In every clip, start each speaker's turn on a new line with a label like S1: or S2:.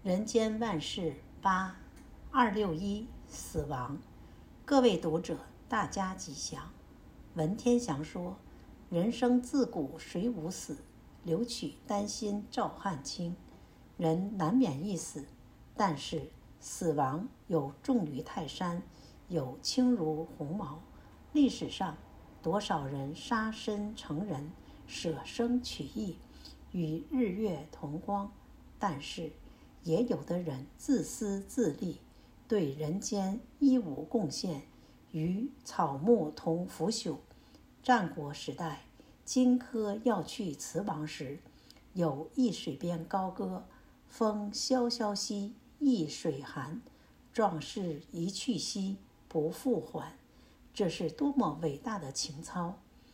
S1: 人间万事8，261死亡。各位读者，大家吉祥。文天祥说：“人生自古谁无死，留取丹心照汗青。”人难免一死，但是死亡有重于泰山，有轻如鸿毛。历史上多少人杀身成仁，舍生取义，与日月同光，但是也有的人自私自利，对人间一无贡献，与草木同腐朽。战国时代，荆轲要去辞王时，有易水边高歌：“风萧萧兮易水寒，壮士一去兮不复还。”这是多么伟大的情操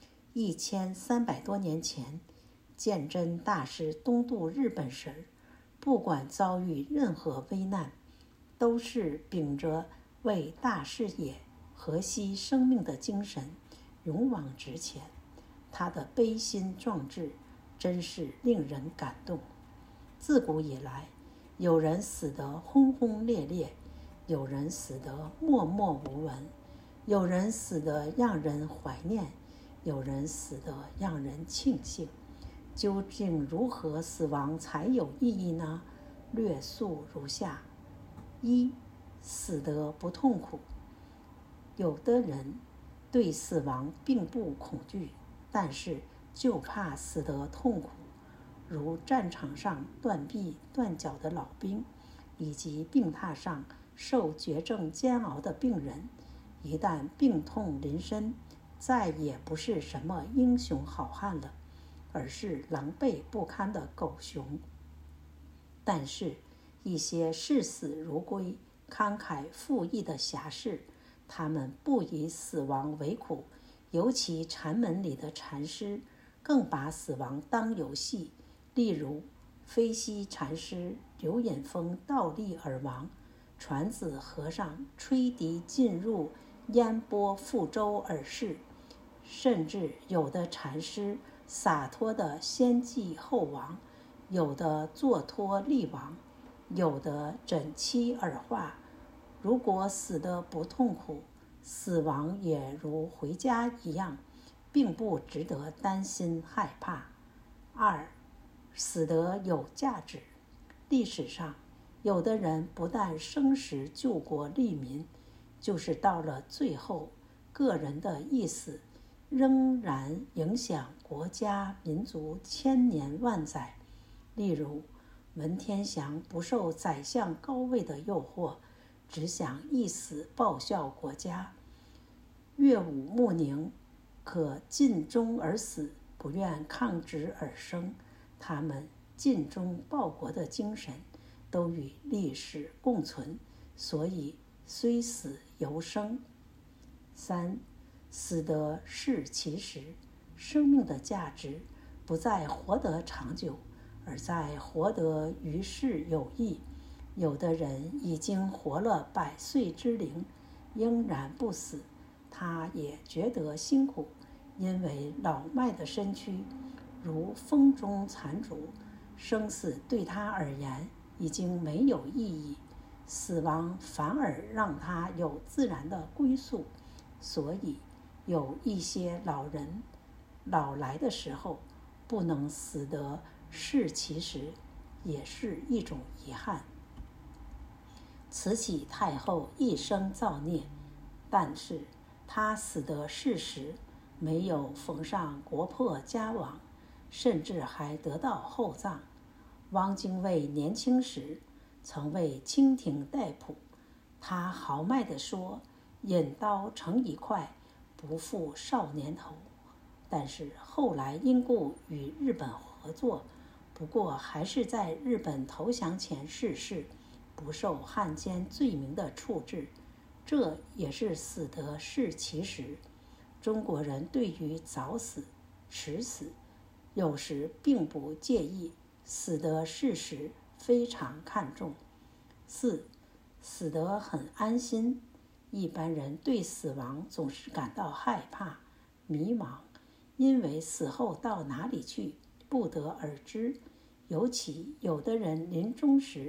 S1: ！1300多年前，鉴真大师东渡日本时，不管遭遇任何危难，都是秉着为大事业和惜生命的精神勇往直前。他的悲心壮志真是令人感动。自古以来，有人死得轰轰烈烈，有人死得默默无闻，有人死得让人怀念，有人死得让人庆幸。究竟如何死亡才有意义呢？略述如下：一、死得不痛苦。有的人对死亡并不恐惧，但是就怕死得痛苦，如战场上断臂断脚的老兵，以及病榻上受绝症煎熬的病人。一旦病痛临身，再也不是什么英雄好汉了，而是狼狈不堪的狗熊。但是一些视死如归、慷慨赴义的侠士，他们不以死亡为苦，尤其禅门里的禅师更把死亡当游戏。例如飞溪禅师刘隐峰倒立而亡，传子和尚吹笛进入烟波覆舟而逝，甚至有的禅师洒脱的先祭后亡，有的坐脱立亡，有的枕妻而化。如果死得不痛苦，死亡也如回家一样，并不值得担心害怕。二、死得有价值。历史上，有的人不但生时救国利民，就是到了最后，个人的一死仍然影响国家民族千年万载。例如文天祥不受宰相高位的诱惑，只想一死报效国家；岳武穆宁可尽忠而死，不愿抗旨而生。他们尽忠报国的精神都与历史共存，所以虽死犹生。三、死得是其实。生命的价值不在活得长久，而在活得于世有益。有的人已经活了100岁之龄，仍然不死，他也觉得辛苦，因为老迈的身躯如风中残烛，生死对他而言已经没有意义，死亡反而让他有自然的归宿。所以有一些老人老来的时候不能死得是其实，也是一种遗憾。慈禧太后一生造孽，但是她死得是时，没有逢上国破家亡，甚至还得到厚葬。汪精卫年轻时曾为清廷代仆，他豪迈地说：“引刀成一块，不负少年头。”但是后来因故与日本合作，不过还是在日本投降前逝世，不受汉奸罪名的处置，这也是死得是其实。中国人对于早死、迟死，有时并不介意，死得是时非常看重。四、死得很安心。一般人对死亡总是感到害怕、迷茫，因为死后到哪里去不得而知。尤其有的人临终时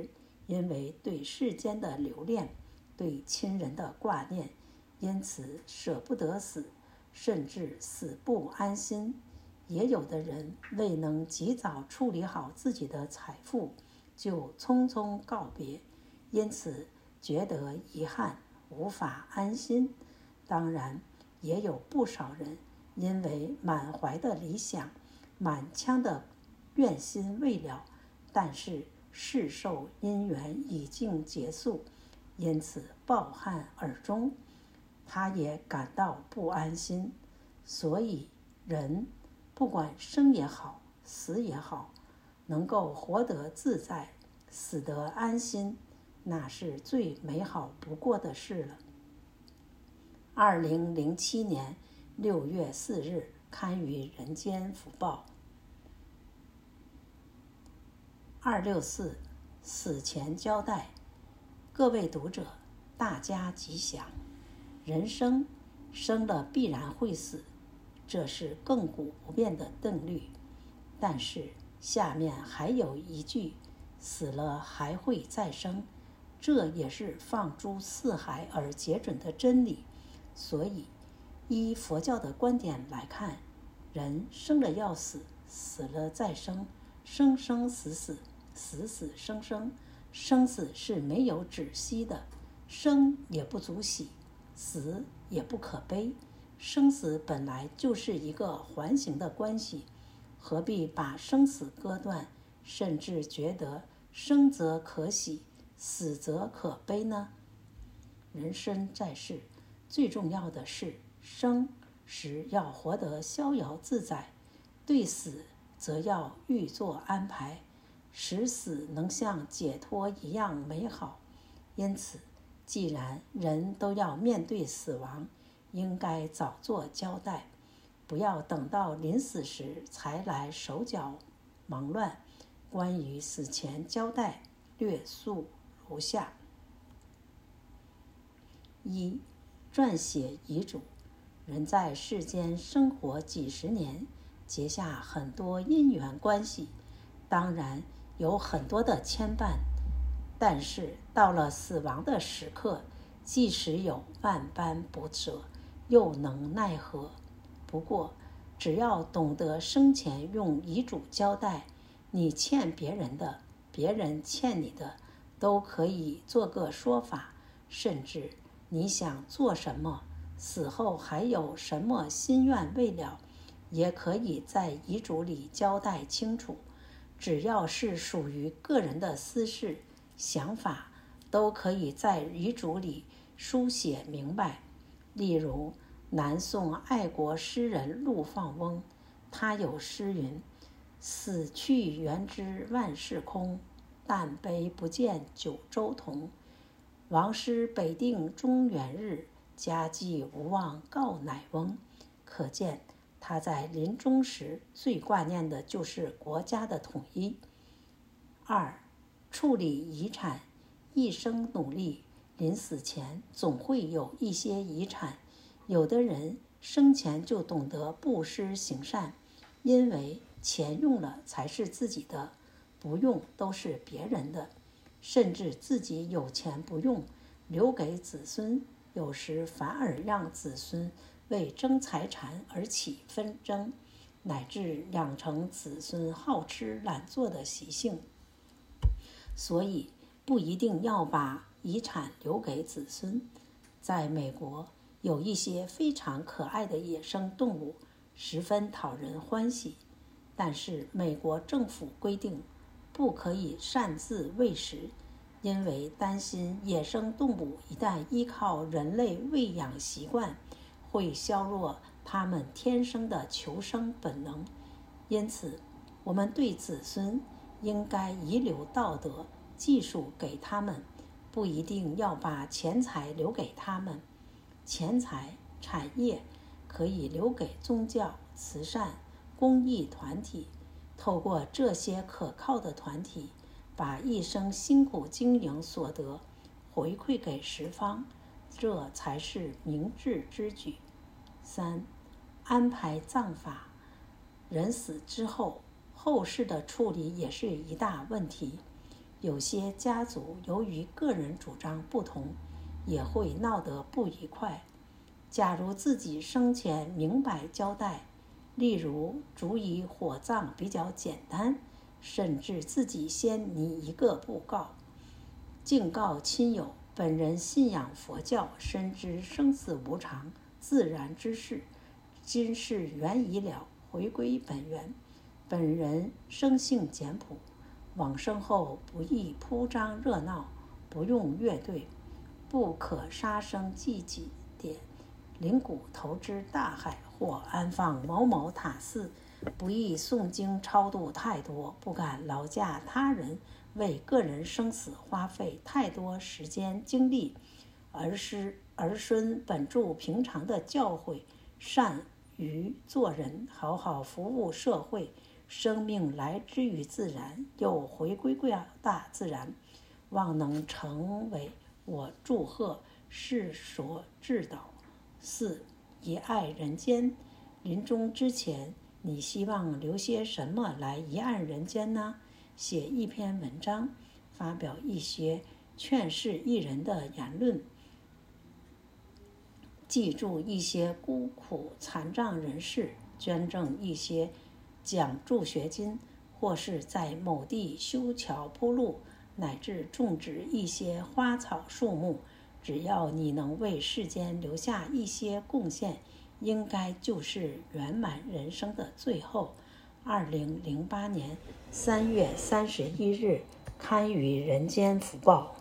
S1: 因为对世间的留恋，对亲人的挂念，因此舍不得死，甚至死不安心。也有的人未能及早处理好自己的财富，就匆匆告别，因此觉得遗憾，无法安心。当然，也有不少人因为满怀的理想，满腔的愿心未了，但是世寿因缘已经结束，因此抱憾而终，他也感到不安心。所以人不管生也好，死也好，能够活得自在，死得安心，那是最美好不过的事了。2007年6月4日刊于人间福报。264死前交代。各位读者，大家吉祥。人生了必然会死，这是亘古不变的定律。但是下面还有一句，死了还会再生，这也是放诸四海而皆准的真理。所以依佛教的观点来看，人生了要死，死了再生，生生死死，死死生生，生死是没有止息的，生也不足喜，死也不可悲。生死本来就是一个环形的关系，何必把生死割断，甚至觉得生则可喜，死则可悲呢？人生在世，最重要的是生时要活得逍遥自在，对死则要预做安排，使死能像解脱一样美好。因此，既然人都要面对死亡，应该早做交代，不要等到临死时才来手脚忙乱。关于死前交代，略述如下：一、撰写遗嘱。人在世间生活几十年，结下很多因缘关系，当然有很多的牵绊，但是到了死亡的时刻，即使有万般不舍，又能奈何？不过只要懂得生前用遗嘱交代，你欠别人的，别人欠你的，都可以做个说法。甚至你想做什么，死后还有什么心愿未了，也可以在遗嘱里交代清楚。只要是属于个人的私事想法，都可以在遗嘱里书写明白。例如南宋爱国诗人陆放翁，他有诗云：死去元知万事空，但悲不见九州同。王师北定中原日，家祭无忘告乃翁。可见他在临终时最挂念的就是国家的统一。二、处理遗产。一生努力，临死前总会有一些遗产。有的人生前就懂得布施行善，因为钱用了才是自己的，不用都是别人的。甚至自己有钱不用，留给子孙，有时反而让子孙为争财产而起纷争，乃至养成子孙好吃懒做的习性。所以不一定要把遗产留给子孙。在美国，有一些非常可爱的野生动物，十分讨人欢喜，但是美国政府规定不可以擅自喂食，因为担心野生动物一旦依靠人类喂养习惯，会削弱它们天生的求生本能。因此，我们对子孙应该遗留道德、技术给他们，不一定要把钱财留给他们。钱财、产业可以留给宗教、慈善、公益团体，透过这些可靠的团体，把一生辛苦经营所得回馈给十方，这才是明智之举。三、安排葬法。人死之后，后事的处理也是一大问题。 有些家族由于个人主张不同，也会闹得不愉快。假如自己生前明白交代，例如主以火葬比较简单，甚至自己先拟一个布告，敬告亲友，本人信仰佛教，深知生死无常，自然之事，今世缘已了，回归本源。本人生性简朴，往生后不宜铺张热闹，不用乐队，不可杀生祭己典，灵骨投之大海，或安放某某塔寺，不宜诵经超度太多，不敢劳驾他人，为个人生死花费太多时间精力。儿孙本住平常的教诲，善于做人，好好服务社会。生命来之于自然，又回归大自然，望能成为我祝贺世所致导。4. 遗爱人间。临终之前，你希望留些什么来遗爱人间呢？写一篇文章，发表一些劝世益人的言论，记住一些孤苦残障人士，捐赠一些奖助学金，或是在某地修桥铺路，乃至种植一些花草树木，只要你能为世间留下一些贡献，应该就是圆满人生的最后。2008年3月31日刊于人间福报。